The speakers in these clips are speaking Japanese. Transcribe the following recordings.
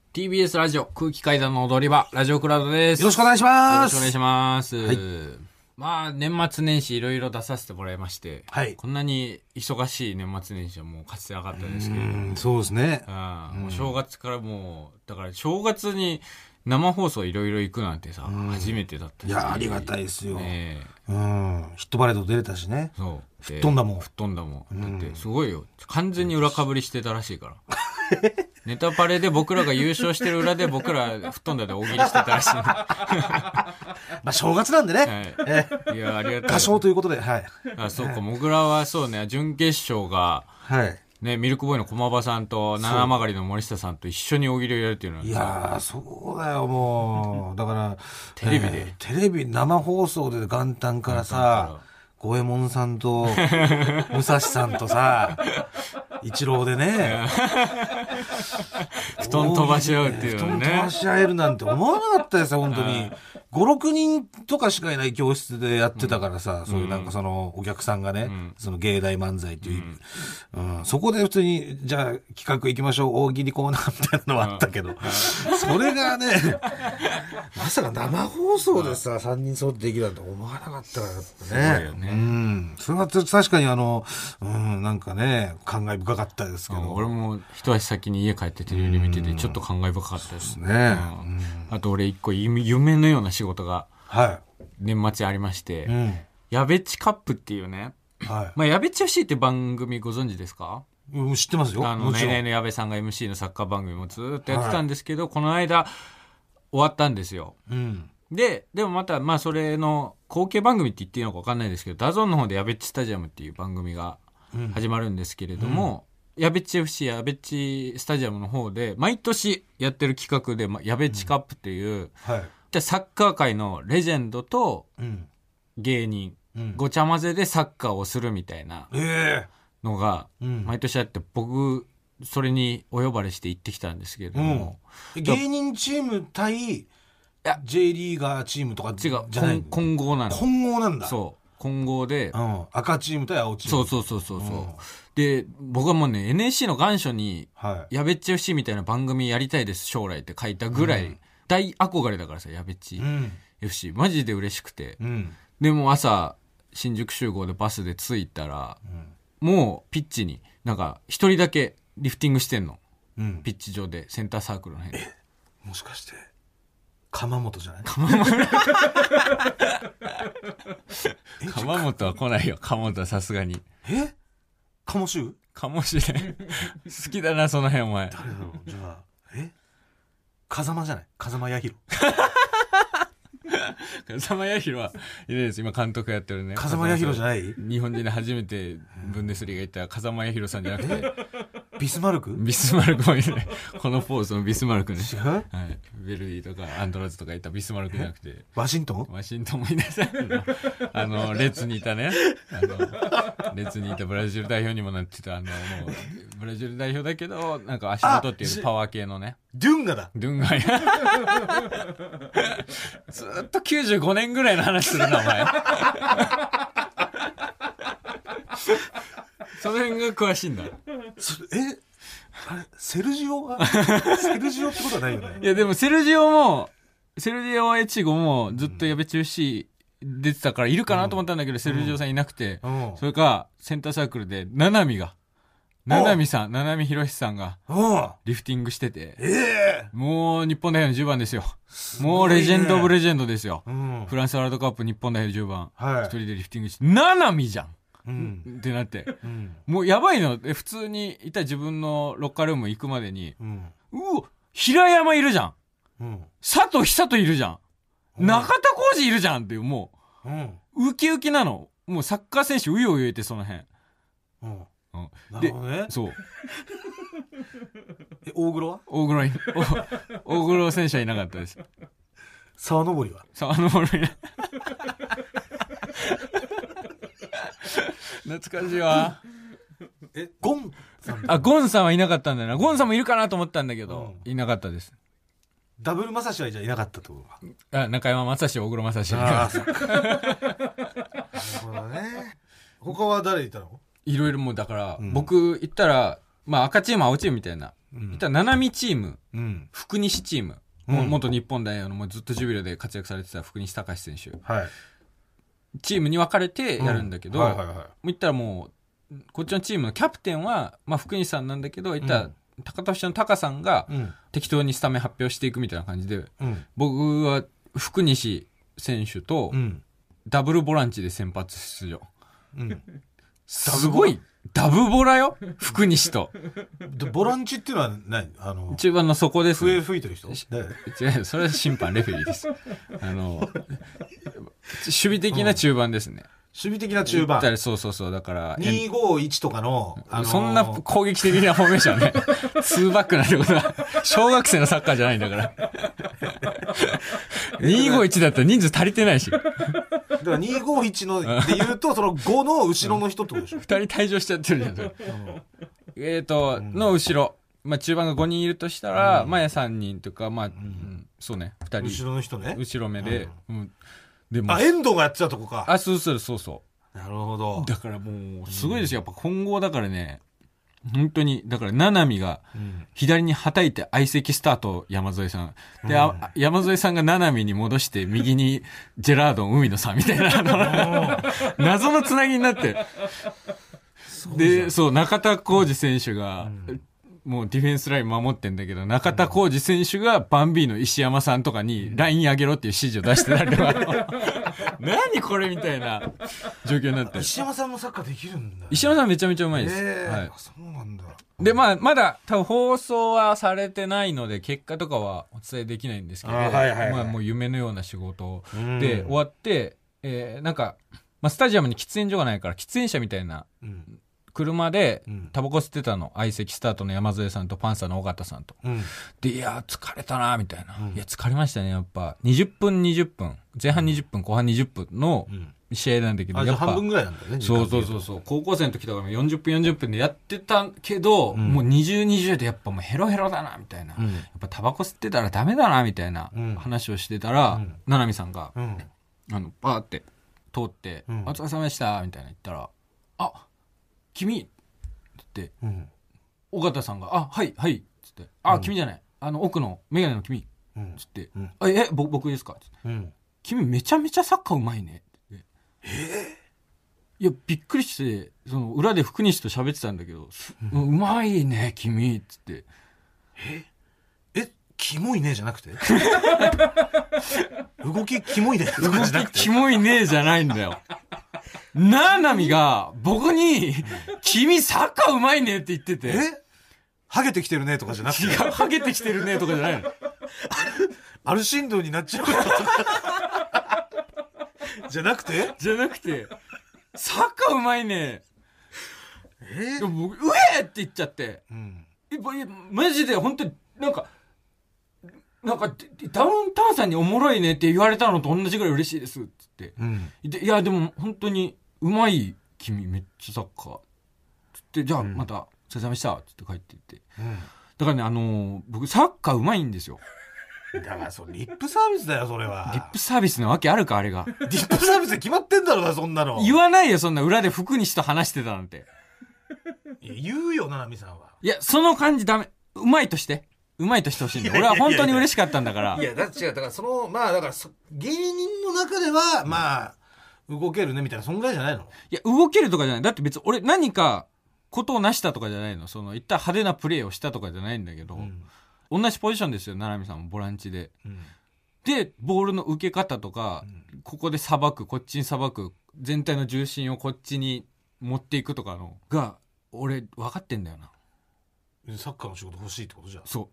TBS ラジオ空気階段の踊り場、ラジオクラウドです。 よろしくお願いします。 よろしくお願いします。 はい、 まあ年末年始いろいろ出させてもらいまして、 はい、 こんなに忙しい年末年始はもうかつてなかったですけれども、 そうですね。 もう正月からもうだから正月に生放送いろいろ行くなんてさ、初めてだったし。 いやありがたいですよ。ヒットパレード出れたしね。 そう。 吹っ飛んだもん。 吹っ飛んだもん。だってすごいよ。完全に裏かぶりしてたらしいから。ネタパレで僕らが優勝してる裏で僕ら吹っ飛んだで大喜利してたらしい。 まあ正月なんでね。 はい。いやありがたい。 合唱ということで、はい。 あ、そうか。もぐらはそうね、準決勝が、 はい。 ね、ミルクボーイの駒場さんと七曲りの森下さんと一緒に大喜利をやるっていうのは、 いやーそうだよもうだからテレビで、 テレビ生放送で元旦からさ五右衛門さんと武蔵さんとさ一郎でね布団飛ばし合うっていうのね。 布団飛ばし合えるなんて思わなかったですよ本当に。5、6人とかしかいない教室でやってたからさ、そういうなんかそのお客さんがね、その芸大漫才という、そこで普通にじゃあ企画行きましょう大喜利コーナーみたいなのはあったけど、それがねまさか生放送でさ3人揃ってできるなんて思わなかったからね。 すごいよね。 それは確かになんかね感慨深かったですけど、 俺も一足先に家帰ってテレビ見ててちょっと感慨深かったですね。 あと俺一個夢のような仕事が年末ありまして、やべっちカップっていうね、まあ、やべっち FC って番組ご存知ですか？ 知ってますよ。 ナイナイの矢部さんが MC のサッカー番組もずっとやってたんですけど、この間終わったんですよ。でもまたまあそれの後継番組って言っていいのか分かんないですけど、ダゾーンの方でやべっちスタジアムっていう番組が始まるんですけれども、やべっち FC やべっちスタジアムの方で毎年やってる企画で、やべっちカップっていう、サッカー界のレジェンドと芸人、ごちゃ混ぜでサッカーをするみたいなのが毎年あって、僕それにお呼ばれして行ってきたんですけれども、 芸人チーム対J リーガーチームとかじゃない、 混合なの。 混合なんだ。 そう混合で、 赤チーム対青チーム。 そう、で僕はもうね NSC の願書に、やべっち FC みたいな番組やりたいです将来って書いたぐらい、大憧れだからさ、やべっち FC、マジで嬉しくて、でも朝新宿集合でバスで着いたら、もうピッチになんか一人だけリフティングしてんの、ピッチ上でセンターサークルの辺で。 もしかして鎌本じゃない？ 鎌本は来ないよ。鎌本はさすがに。 鴨州？ 鴨州ね。好きだなその辺お前。 誰だろう。じゃあ風間じゃない？風間彌弘。 風間彌弘はいないです。今監督やってるね。 風間彌弘じゃない？ 日本人で初めてブンデスリーガ行った風間彌弘さんじゃなくてビスマルク？ ビスマルクもいない。このポーズのビスマルクね。 違う？ はい。ベルギーとかアントラーズとかいたビスマルクじゃなくて。 ワシントンもいないさ。レッツにいたね。レッツにいたブラジル代表にもなってた、もう、ブラジル代表だけど、なんか足元っていうパワー系のね。 ドゥンガだ。 ドゥンガや。ずっと95年ぐらいの話するな、お前。その辺が詳しいんだ。 あれセルジオってことはないよね。 いやでもセルジオエチゴもずっとやべっち FC 出てたからいるかなと思ったんだけど、セルジオさんいなくて、それかセンターサークルで七海博さんがリフティングしてて、もう日本代表の10番ですよ。もうレジェンドオブレジェンドですよ。フランスワールドカップ日本代表10番、一人でリフティングして、七海じゃんってなって、もうやばいの。普通にいた自分のロッカールーム行くまでに、うわ平山いるじゃん、佐藤久人いるじゃん、中田浩二いるじゃんっていう、もう、ウキウキなの。もうサッカー選手うようよいて、その辺。 なるほどね。 そう。 大黒は？ 大黒選手はいなかったです。 沢登は？ 沢登いない。懐かしいわ。 ゴンさん？ ゴンさんはいなかったんだよな。ゴンさんもいるかなと思ったんだけど、いなかったです。 ダブル正志はじゃあいなかったってことか。 中山正史、大黒正史。 なるほどね。他は誰いたの？ いろいろもうだから、僕行ったら、まあ赤チーム青チームみたいないったら七海チーム、 うん。 福西チーム、 うん元日本代表のもうずっとジュビロで活躍されてた福西隆選手、 はい。 チームに分かれてやるんだけど、 はいはいはい。 言ったらもう、こっちのチームのキャプテンは、まあ、福西さんなんだけど、言ったら、高田節の高さんがうん。 適当にスタメン発表していくみたいな感じで、 うん。 僕は福西選手とうん。 ダブルボランチで先発出場。 うん。 すごい、ダブボラよ福西と。 でボランチっていうのは何中盤の底です、ね。 笛吹いてる人違う、それは審判、レフェリーです。守備的な中盤ですね。 守備的な中盤。 そうそうそう、だから。 251とかの、 そんな攻撃的なフォーメーションね。2バックなんてことは、小学生のサッカーじゃないんだから。251だったら人数足りてないし。 だから251ので言うと、その5の後ろの人ってことでしょ。 2人退場しちゃってるじゃん、それ。の後ろ。まあ中盤が5人いるとしたら、前3人とか、まあ、そうね、2人。 後ろの人ね。 後ろ目で。でも。 遠藤がやってたとこか。 そうそう。 なるほど。 だからもう、すごいですよ。やっぱ混合だからね、本当に、だから、七海が、左にはたいて相席スタート、山添さん。で、山添さんが七海に戻して、右にジェラードン、海野さんみたいな、謎のつなぎになって。で、そう、中田浩二選手が、もうディフェンスライン守ってんだけど、中田浩二選手がバンビーの石山さんとかにライン上げろっていう指示を出してたりとか、何これみたいな状況になって。 石山さんもサッカーできるんだ。 石山さんめちゃめちゃうまいです。 はい。そうなんだ。 で、まあ、まだ多分放送はされてないので、結果とかはお伝えできないんですけど、まあもう夢のような仕事で終わって、なんか、まあスタジアムに喫煙所がないから、喫煙者みたいな、車でタバコ吸ってたの、相席スタートの山添さんとパンサーの尾形さんと、で、いや疲れたなみたいな、いや疲れましたね、やっぱ20分前半20分後半20分の試合なんだけど、 やっぱ半分ぐらいなんだね。 そう高校生の時とかも40分でやってたけど、もう20でやっぱもうヘロヘロだなみたいな、やっぱタバコ吸ってたらダメだなみたいな話をしてたら、七海さんが、バーって通って、お疲れ様でしたみたいな言ったら、君って、尾形さんが、はいつって、君じゃない、奥のメガネの君つって、僕ですかつって、君めちゃめちゃサッカーうまいねって。いや、びっくりして、その裏で福西と喋ってたんだけど、うまいね君つって。 キモいねじゃなくて動きキモいねとかじゃなくて、 キモいねじゃないんだよ。七海が僕に、君サッカーうまいねって言ってて。 ハゲてきてるねとかじゃなくて。 違う、ハゲてきてるねとかじゃないの。 アルシンドになっちゃうじゃなくて、 サッカーうまいね。でも僕、って言っちゃって。マジで本当になんかダウンタウンさんにおもろいねって言われたのと同じぐらい嬉しいですって。いや、でも本当にうまい君めっちゃサッカー。つって、じゃあまた、お疲れ様でしたって帰っていって。だからね、僕サッカーうまいんですよ。 だからそれリップサービスだよ、それは。 リップサービスなわけあるか、あれが。 リップサービスで決まってんだろうな、そんなの。 言わないよ、そんな裏で福西と話してたなんて。 いや、言うよ、七海さんは。 いや、その感じダメ。うまいとしてほしいんだよ。俺は本当に嬉しかったんだから。 いや、だって違う。だからまあ、だから芸人の中では、まあ、動けるね、みたいな、そんぐらいじゃないの？ いや、動けるとかじゃない。だって別に俺何かことを成したとかじゃないの。その、一旦派手なプレーをしたとかじゃないんだけど、同じポジションですよ、七海さんもボランチで。で、ボールの受け方とか、ここでさばく、こっちにさばく、全体の重心をこっちに持っていくとかのが、俺、分かってんだよな。 サッカーの仕事欲しいってことじゃん。 そう。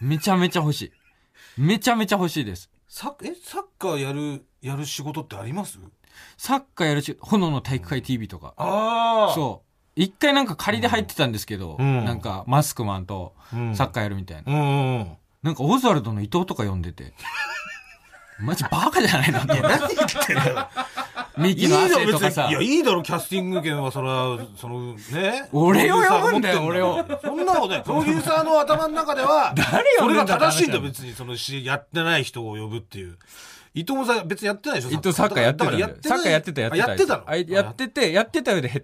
めちゃめちゃ欲しい。めちゃめちゃ欲しいです。 サッカーやる仕事ってあります？ サッカーやる炎の体育会 TV とか。そう。一回なんか仮で入ってたんですけど、なんかマスクマンとサッカーやるみたいな。なんかオズワルドの伊藤とか呼んでて。マジバカじゃないのって。 何言ってんだよ。 ミキの汗とかさ。 いや、いいだろ、キャスティング権は、そのね。 俺を呼ぶんだよ、俺を。 そんなことね、プロデューサーの頭の中では、 誰呼んでんだそれが正しいんだよ、別に、やってない人を呼ぶっていう。伊藤も別にやってないでしょ？ 伊藤サッカーやってたんだよ。サッカーやってた。 やってたの？ やってた上で下手なの。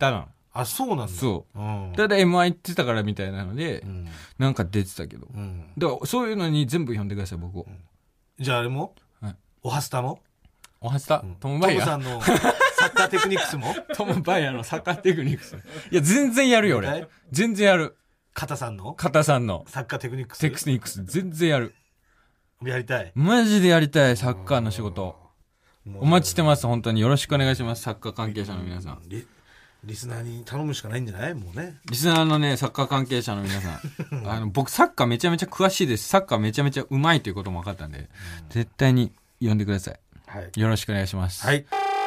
あ、そうなんだ。 そう。 うん、 ただ M1 行ってたからみたいなので、 うん、 なんか出てたけど。 うん、 だからそういうのに全部読んでください、僕を。 じゃああれも、 はい、 おはスタもおはスタ、トムバイヤートムさんのサッカーテクニックスもトムバイヤーのサッカーテクニックス。いや、全然やるよ、俺。全然やる。 片さんのサッカーテクニックス。 テクニックス、全然やる。 やりたい。 マジでやりたい、サッカーの仕事。お待ちしてます、本当に。よろしくお願いします、サッカー関係者の皆さん。 リスナーに頼むしかないんじゃないもうね。 リスナーのね、サッカー関係者の皆さん。僕、サッカーめちゃめちゃ詳しいです。サッカーめちゃめちゃうまいということも分かったんで、絶対に呼んでください。 はい。 よろしくお願いします。 はい。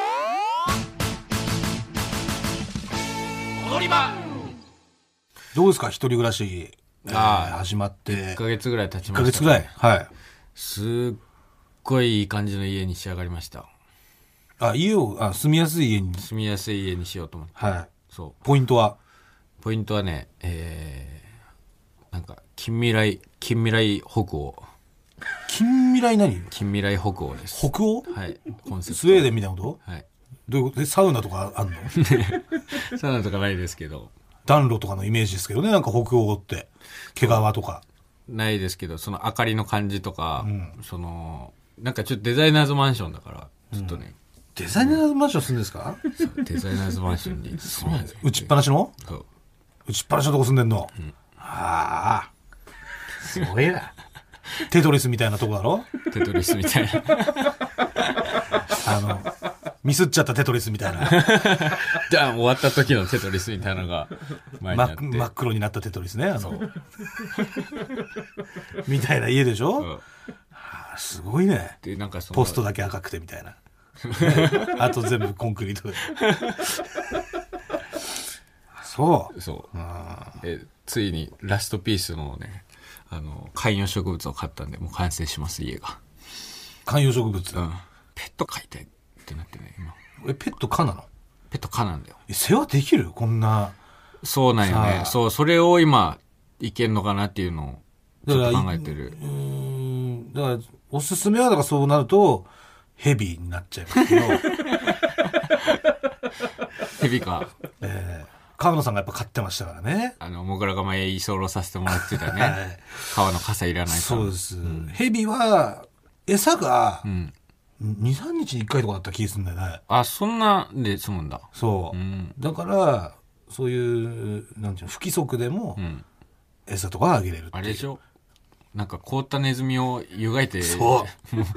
踊り場どうですか、一人暮らし、始まって。 1ヶ月ぐらい経ちました。 1ヶ月ぐらい。はい。 すっごいいい感じの家に仕上がりました。 家を、住みやすい家に。 住みやすい家にしようと思って。 はい。 そう。 ポイントはね、なんか、近未来北欧。 近未来何？ 近未来北欧です。 北欧？ はい。コンセプト。 スウェーデンみたいなこと？ はい。 どういうことで、サウナとかあんの？ サウナとかないですけど。 暖炉とかのイメージですけどね、なんか北欧って。毛皮とか。 ないですけど、その明かりの感じとか、なんかちょっとデザイナーズマンションだから、ちょっとね。 デザイナーズマンション住んでんですか？ デザイナーズマンションに住みます。 打ちっぱなしの？ そう。 打ちっぱなしのとこ住んでんの？ああ。すごいな。テトリスみたいなとこだろ？ テトリスみたいな。 ミスっちゃったテトリスみたいな。 終わった時のテトリスみたいなのが前にあって。 真っ黒になったテトリスね。みたいな家でしょ？すごいね。 で、なんかポストだけ赤くてみたいな。あと全部コンクリートで。そう。 そう。ついにラストピースのね、観葉植物を買ったんで、もう完成します、家が。 観葉植物？ うん。ペット飼いたいってなってね、 今。ペット可なの？ ペット可なんだよ。 世話できる？こんな。 そうなんよね。そう、それを今、いけんのかなっていうのを、ちょっと考えてる。 だから、おすすめは、だからそうなると、ヘビになっちゃいますけど。 ヘビか。 川野さんがやっぱ飼ってましたからね。 もぐらが前居候させてもらってたね。はい、川の傘いらないから。 そうです。ヘビは、餌が、2、3日に1回とかだった気がするんだよね。 あ、そんなで済むんだ。 そう。だから、そういう、なんていうの、不規則でも、餌とかあげれるっていう。 あれでしょ？なんか凍ったネズミを湯がいて。 そう。もう、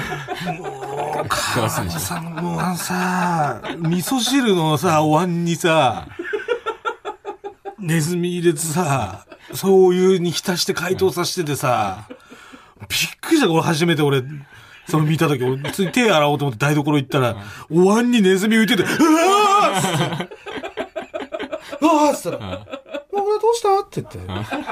川野さんもさ、味噌汁のさ、お椀にさ、ネズミ入れてさ、そういうに浸して解凍させててさ、びっくりした。俺それ見たとき、俺普通に手洗おうと思って台所行ったら、お椀にネズミ浮いてて、うわーっつって、うわーっつったら、俺どうしたって言って。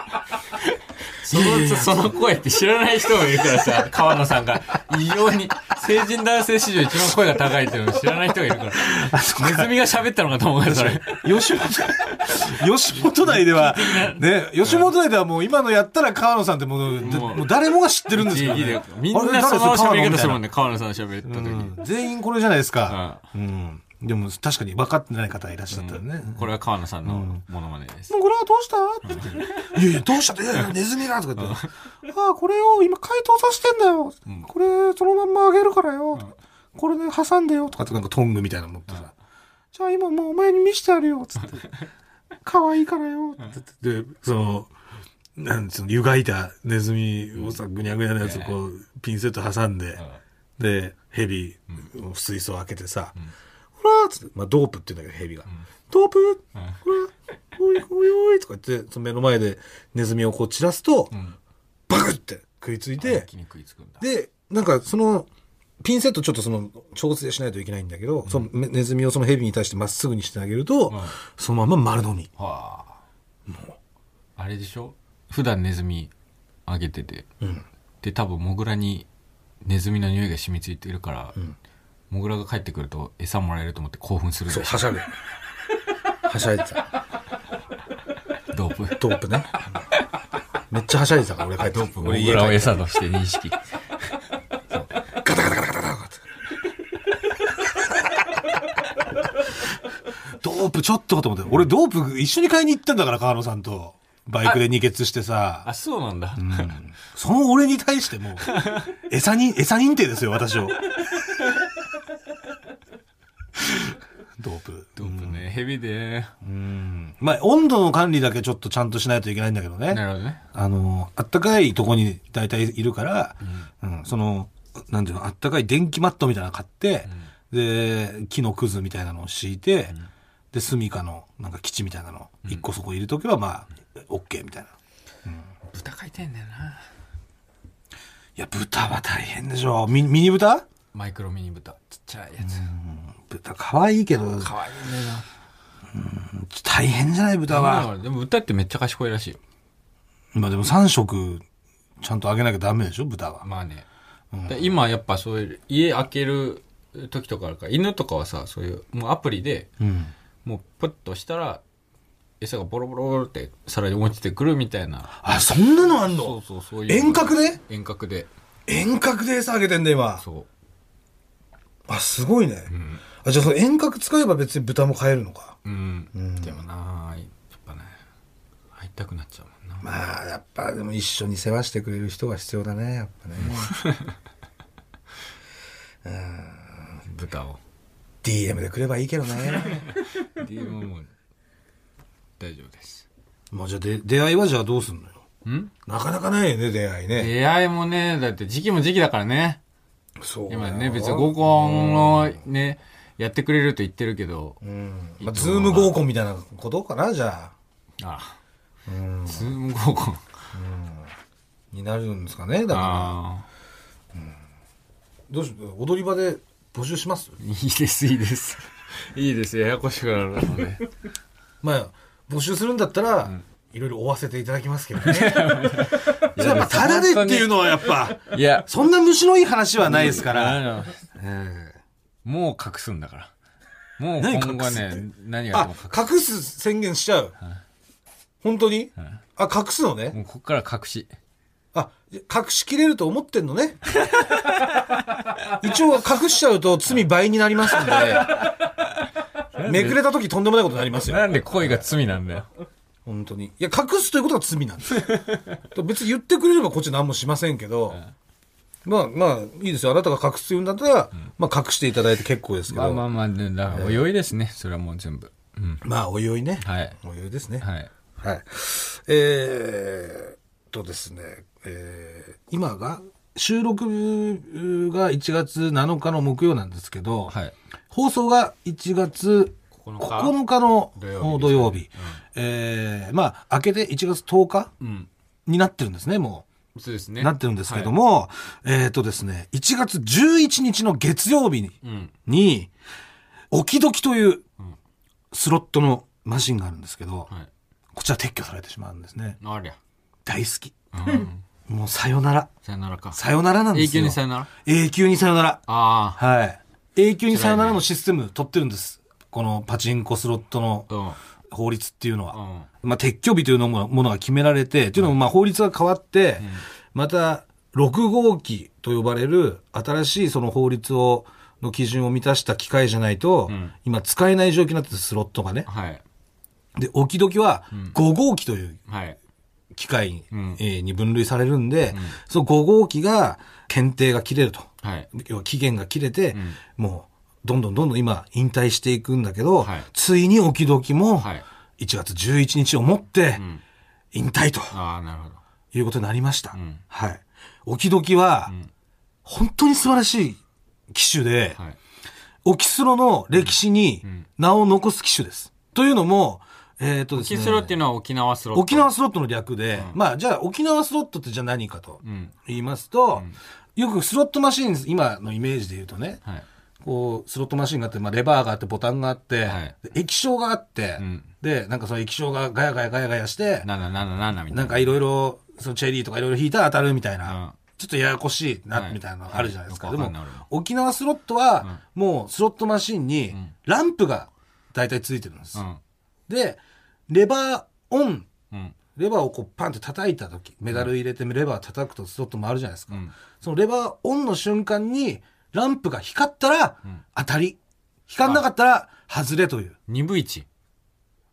その声って知らない人もいるからさ、川野さんが異様に成人男性史上一番声が高いっていうのを知らない人がいるから、ネズミが喋ったのかと思うからそれ。 吉本内では、ね、吉本内ではもう今のやったら川野さんってもう誰もが知ってるんですからね。 みんなその喋り方するもんね、川野さんの喋った時。 全員これじゃないですか。でも確かに分かってない方いらっしゃったらね。 これは川野さんのモノマネです。 これはどうしたって言って。いやいや、どうしたって、ネズミがとか言って。これを今解凍させてんだよ。これ、そのまんまあげるからよ。これで挟んでよ。とかってなんかトングみたいなの持ってさ。じゃあ今もうお前に見せてやるよ。つって。可愛いからよ。で、湯がいたネズミをさ、ぐにゃぐにゃのやつをこう、ピンセット挟んで、で、ヘビ、水槽開けてさ、ほらーつって、ドープって言うんだけど、ヘビが。ドープほら、おいおいおいとか言って、その目の前でネズミをこう散らすと、バクって食いついて、で、なんかその、ピンセットちょっと調整しないといけないんだけど、そのネズミをそのヘビに対してまっすぐにしてあげると、そのまま丸飲み。 もう。あれでしょ？普段ネズミあげてて、で、多分モグラにネズミの匂いが染みついてるから、モグラが帰ってくると餌もらえると思って興奮するんでしょ。 そう、はしゃぐ。はしゃいでた。 ドープね。めっちゃはしゃいでたから、俺帰ってドープ、モグラを餌として認識。ガタガタガタガタガタ。ドープちょっとかと思って。俺ドープ一緒に買いに行ったんだから、川野さんと。バイクで二血してさ。 あ、そうなんだ。 その俺に対しても、餌認定ですよ、私を。ドープね、ヘビで。 まあ、温度の管理だけちょっとちゃんとしないといけないんだけどね。 なるほどね。 あったかいとこに大体いるから、なんていうの、あったかい電気マットみたいなの買って、で、木のくずみたいなのを敷いて、で、スミカのなんか基地みたいなの、一個そこ入れとけば、まあ、オッケーみたいな。 豚飼いたいんだよな。 いや、豚は大変でしょ。ミニ豚？ マイクロミニ豚。ちっちゃいやつ。 豚可愛いけど。 可愛いんだよな。 大変じゃない豚は。 でも豚ってめっちゃ賢いらしいよ。 まあでも3食ちゃんとあげなきゃダメでしょ、豚は。 まあね。今やっぱそういう家開ける時とかあるから、犬とかはさ、そういうもうアプリで、もうプッとしたら餌がボロボロって皿に落ちてくるみたいな。 あ、そんなのあんの？ そういう。 遠隔で遠隔で餌あげてんだ今。 そう。 あ、すごいね。じゃあその遠隔使えば別に豚も飼えるのか。 でもな、やっぱね、会いたくなっちゃうもんな。 まあやっぱでも一緒に世話してくれる人が必要だね、やっぱね。 豚を DM でくればいいけどね。 DM も大丈夫です。 まあじゃあ出会いはじゃあどうすんのよ。なかなかないよね、出会いね。 出会いもね、だって時期も時期だからね。 そう今ね、別に合コンのね、やってくれると言ってるけど。 まあ、ズーム合コンみたいなことかな、じゃあ。 ああ。ズーム合コン。 になるんですかね、だから。どうしよう、踊り場で募集します？ いいです、いいです。いいです、ややこしくなるので。 まあ、募集するんだったら、いろいろ追わせていただきますけどね。やっぱタダでっていうのはやっぱ、いや、そんな虫のいい話はないですから。 もう隠すんだから。もう今後はね、何が隠す宣言しちゃう。本当に？隠すのね。 もうこっから隠し。 隠しきれると思ってんのね。一応隠しちゃうと罪倍になりますんで、めくれた時とんでもないことになりますよ。 なんで恋が罪なんだよ。 本当に。いや、隠すということが罪なんですよ。別に言ってくれればこっち何もしませんけど、まあ、いいですよ。あなたが隠すというんだったら、まあ、隠していただいて結構ですけど。 まあ、おいおいですね。それはもう全部。 まあ、おいおいね。 はい。 おいおいですね。 はい。 はい。ですね、今が、収録が1月7日の木曜なんですけど、放送が1月9日の土曜日。まあ、明けて1月10日になってるんですね、もう。 そうですね。 なってるんですけども、ですね、1月11日の月曜日に、オキドキというスロットのマシンがあるんですけど、こちら撤去されてしまうんですね。 ありゃ。 大好き。もうさよなら。 さよならか。 さよならなんですよ。 永久にさよなら？ 永久にさよなら。 はい。 永久にさよならのシステム取ってるんです。このパチンコスロットの法律っていうのは。まあ、撤去日というものが決められて、っていうのもまあ法律が変わって、また6号機と呼ばれる新しいその法律の基準を満たした機械じゃないと、今使えない状況になってて、スロットがね。で、オキドキは5号機という機械に分類されるんで、その5号機が検定が切れると。要は期限が切れて、もうどんどん今引退していくんだけど、ついにオキドキも1月11日をもって引退ということになりました。はい。オキドキは本当に素晴らしい機種で、オキスロの歴史に名を残す機種です。というのも、 ですね、オキスロっていうのは沖縄スロット。 沖縄スロットの略で、まあじゃあ沖縄スロットってじゃあ何かと言いますと、よくスロットマシン、今のイメージで言うとね、こうスロットマシンがあって、まあ、レバーがあってボタンがあって、液晶があって、でなんかその液晶がガヤガヤして、なんかいろいろそのチェリーとかいろいろ引いたら当たるみたいな、ちょっとややこしいな、みたいなのあるじゃないですか。でも沖縄スロットはもうスロットマシンにランプが大体ついてるんです。でレバーオン、レバーをこうパンって叩いた時、メダル入れてレバー叩くとスロット回るじゃないですか。そのレバーオンの瞬間にランプが光ったら当たり、光んなかったら外れという。 2分1。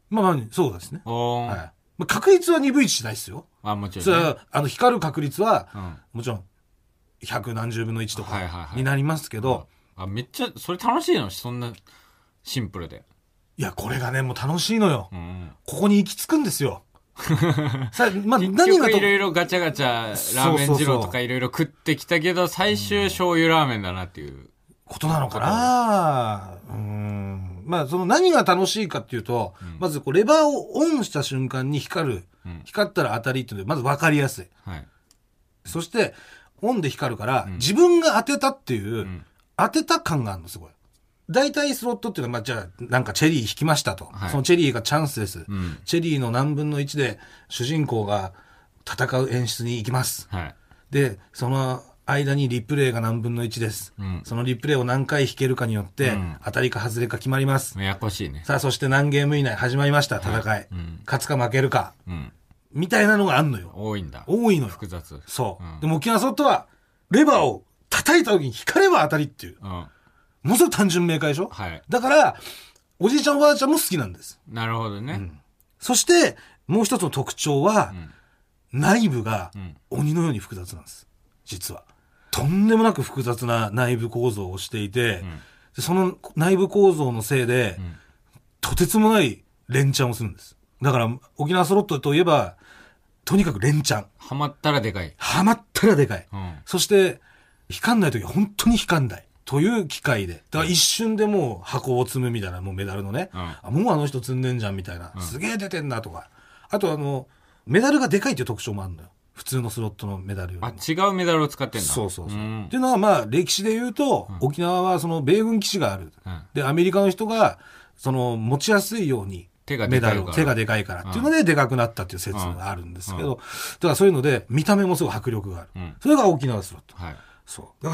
まあまあ、そうですね。 おー。 はい。まあ、確率は鈍いしないですよ。 あ、もちろん、 それね。 は、光る確率は、 うん。 もちろん、百何十分の1とはいはいはいかになりますけど、 あ、めっちゃ、それ楽しいの？そんな、シンプルで。 いや、これがね、もう楽しいのよ。 うん。 ここに行き着くんですよ。さあ、まあ、 結何が局いろいろガチャガチャ、ラーメン二郎とかいろいろ食ってきたけど、最終醤油ラーメンだなっていう。 ことなのかな。まあ、その何が楽しいかっていうと、まずこうレバーをオンした瞬間に光る。光ったら当たりっていうので、まず分かりやすい。 はい。 そして、オンで光るから、自分が当てたっていう、当てた感があるの、すごい。大体スロットっていうのは、まあ、じゃあ、なんかチェリー引きましたと。 はい、 そのチェリーがチャンスです。チェリーの何分の1で主人公が戦う演出に行きます。 はい、 で、その間にリプレイが何分の1です。そのリプレイを何回引けるかによって、当たりか外れか決まります。 ややこしいね。 さあ、そして何ゲーム以内始まりました、戦い。はい、勝つか負けるか。みたいなのがあんのよ。 多いんだ。 多いのよ。 複雑。 そう。でも沖縄ソフトは、レバーを叩いた時に光れば当たりっていう。ものすごく単純明快でしょ。はい。だから、おじいちゃんおばあちゃんも好きなんです。 なるほどね。 そして、もう一つの特徴は、内部が鬼のように複雑なんです。実は。とんでもなく複雑な内部構造をしていて、その内部構造のせいで、とてつもない連チャンをするんです。だから、沖縄ソロットといえば、とにかく連チャン。 ハマったらでかい。 ハマったらでかい。そして、光んない時は本当に光んない。という機会で。だから一瞬でもう箱を積むみたいな、もうメダルのね。もうあの人積んでんじゃんみたいな。すげえ出てんなとか。あとメダルがでかいっていう特徴もあるのよ。普通のスロットのメダルよりも。 違うメダルを使ってんだ。 そうそうそう。っていうのはまあ歴史で言うと、沖縄はその米軍基地がある。で、アメリカの人が、その持ちやすいように、メダルを手がでかいからっていうのででかくなったっていう説があるんですけど、だからそういうので見た目もすごい迫力がある。それが沖縄スロット。そう。だから、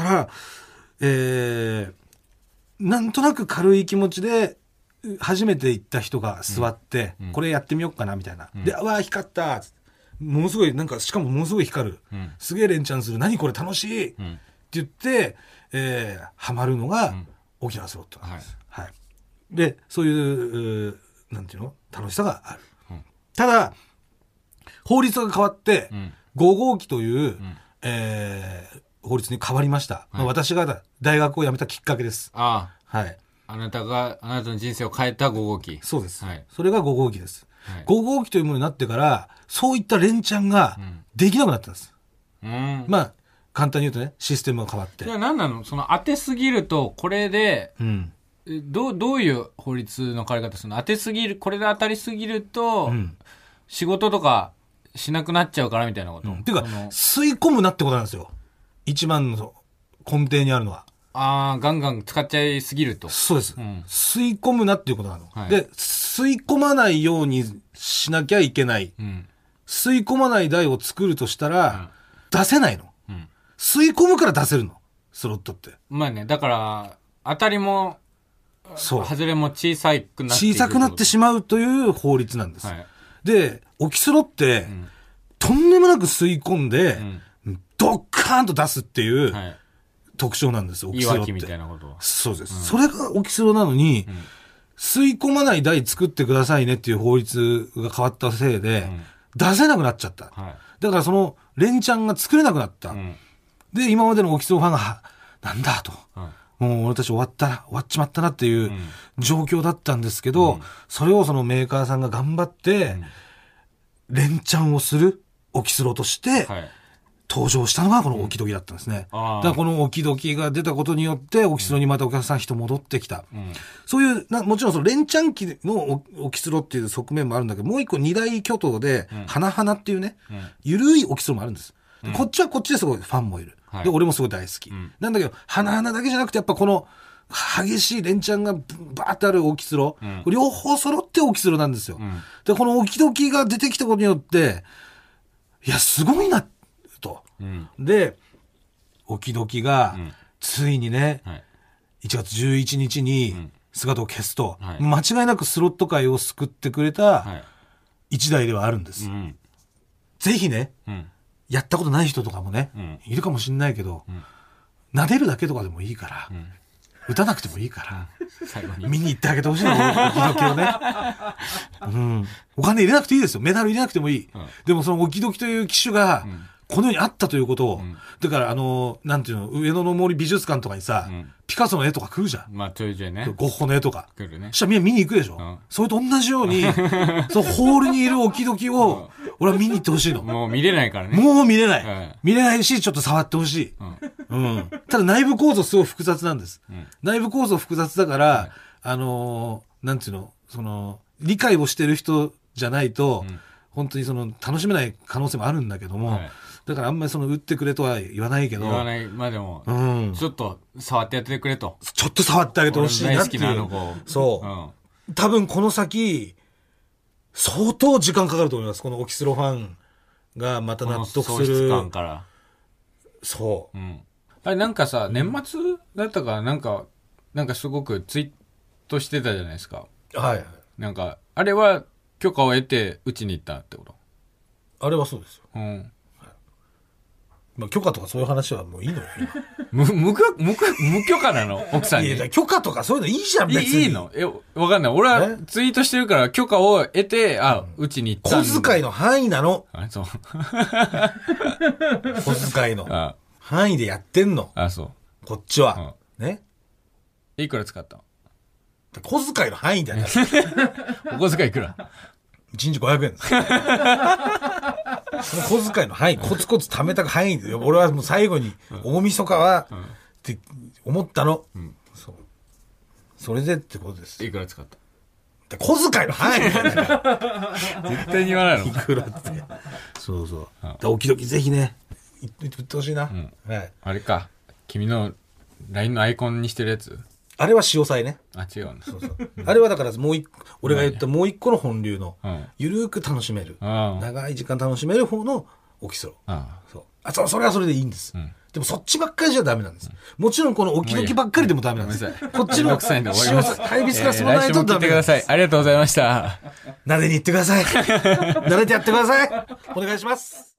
なんとなく軽い気持ちで、初めて行った人が座って、これやってみようかな、みたいな。で、わー、光ったものすごい、なんか、しかもものすごい光る。すげえ連チャンする。何これ楽しい、って言って、ハマるのが、沖縄スロットなんです。はい。で、そういう、なんていうの楽しさがある。ただ、法律が変わって、5号機という、法律に変わりました。私が大学を辞めたきっかけです。はい。 あなたの人生を変えた5号機。 そうです。はい。それが5号機です。5号機というものになってから、そういった連チャンができなくなったんです。まあ、簡単に言うとね、システムが変わって。 いや、何なのその当てすぎると、これで、どういう法律の変わり方するの？当てすぎる、これで当たりすぎると、仕事とかしなくなっちゃうからみたいなこと。 っていうか、吸い込むなってことなんですよ。一番の根底にあるのは。 ガンガン使っちゃいすぎると。 そうです。吸い込むなっていうことなの。で、吸い込まないようにしなきゃいけない。吸い込まない台を作るとしたら、出せないの。吸い込むから出せるの。スロットって。 まあね、だから、当たりも、外れも小さくなって小さくなってしまうという法律なんです。で、沖スロって、とんでもなく吸い込んで、ドッカーンと出すっていう特徴なんですよ、沖スロって。 みたいなこと。 そうです。それが沖スロなのに、吸い込まない台作ってくださいねっていう法律が変わったせいで、出せなくなっちゃった。だからその連チャンが作れなくなった。で、今までの沖スロファンが、なんだと。もう俺たち終わっちまったなっていう状況だったんですけど、それをそのメーカーさんが頑張って、連チャンをする沖スロとして、登場したのがこのオキドキだったんですね。だからこのオキドキが出たことによって、オキスロにまたお客さん人戻ってきた。そういう、もちろんその連チャン機のオキスロっていう側面もあるんだけど、もう一個二大巨頭で、花々っていうね、ゆるいオキスロもあるんです。こっちはこっちですごいファンもいる。で、俺もすごい大好き。なんだけど、花々だけじゃなくて、やっぱこの、激しい連チャンがバーってあるオキスロ、両方揃ってオキスロなんですよ。で、このオキドキが出てきたことによって、いや、すごいな、と。で、オキドキが、ついにね、1月11日に姿を消すと、間違いなくスロット界を救ってくれた一台ではあるんです。ぜひね、やったことない人とかもね、いるかもしれないけど、撫でるだけとかでもいいから、 打たなくてもいいから、 最後に。 見に行ってあげてほしいの、置き時をね。うん。お金入れなくていいですよ。メダル入れなくてもいい。でもその置き時という機種が、この世にあったということを、だからなんていうの、上野の森美術館とかにさ、ピカソの絵とか来るじゃん。 まあ、ちょいちょいね。 ゴッホの絵とか。 来るね。 そしたらみんな見に行くでしょ。それと同じように、そう、ホールにいる置き時を、俺は見に行ってほしいの。 もう見れないからね。 もう見れない。見れないし、ちょっと触ってほしい。ただ内部構造すごい複雑なんです。内部構造複雑だから、なんていうの、理解をしてる人じゃないと、本当に楽しめない可能性もあるんだけども、だからあんまり打ってくれとは言わないけど。 言わない。まあでも、ちょっと触ってやってくれと。 ちょっと触ってあげてほしいなっていう。 大好きなあの子。 そう。多分この先、相当時間かかると思います。このオキスロファンがまた納得する。喪失感から。 そう。 あれなんかさ、年末だったからなんかすごくツイートしてたじゃないですか。 はい。 なんか、あれは許可を得てうちに行ったってこと？ あれはそうですよ。まあ、許可とかそういう話はもういいのよ。 無許可なの奥さんに。 いや、許可とかそういうのいいじゃん、別に。 いいの？わかんない。俺はツイートしてるから許可を得て、うちに行ったんだ。 小遣いの範囲なの。 そう。 小遣いの範囲でやってんの。 そう。 こっちは。ね。 いくら使ったの？ 小遣いの範囲だよ。 お小遣いいくら ？1日500円です。その小遣いの範囲、コツコツ貯めた範囲で、俺はもう最後に、大晦日は、って思ったの。そう。それでってことです。 いくら使った？ 小遣いの範囲だよ。 絶対に言わないの。 いくらって。そうそう。おきどきぜひね、言ってほしいな。はい。 あれか。君の LINE のアイコンにしてるやつ？ あれは塩菜ね。 違うの。 そうそう。あれはだからもう一個、俺が言ったもう一個の本流の、ゆるーく楽しめる。長い時間楽しめる方のオキスロ。そう。それはそれでいいんです。でもそっちばっかりじゃダメなんです。もちろんこのおきどきばっかりでもダメなんです。こっちのハイビスカスもないとダメなんです。 ありがとうございました。 撫でに行ってください。撫でてやってください。お願いします。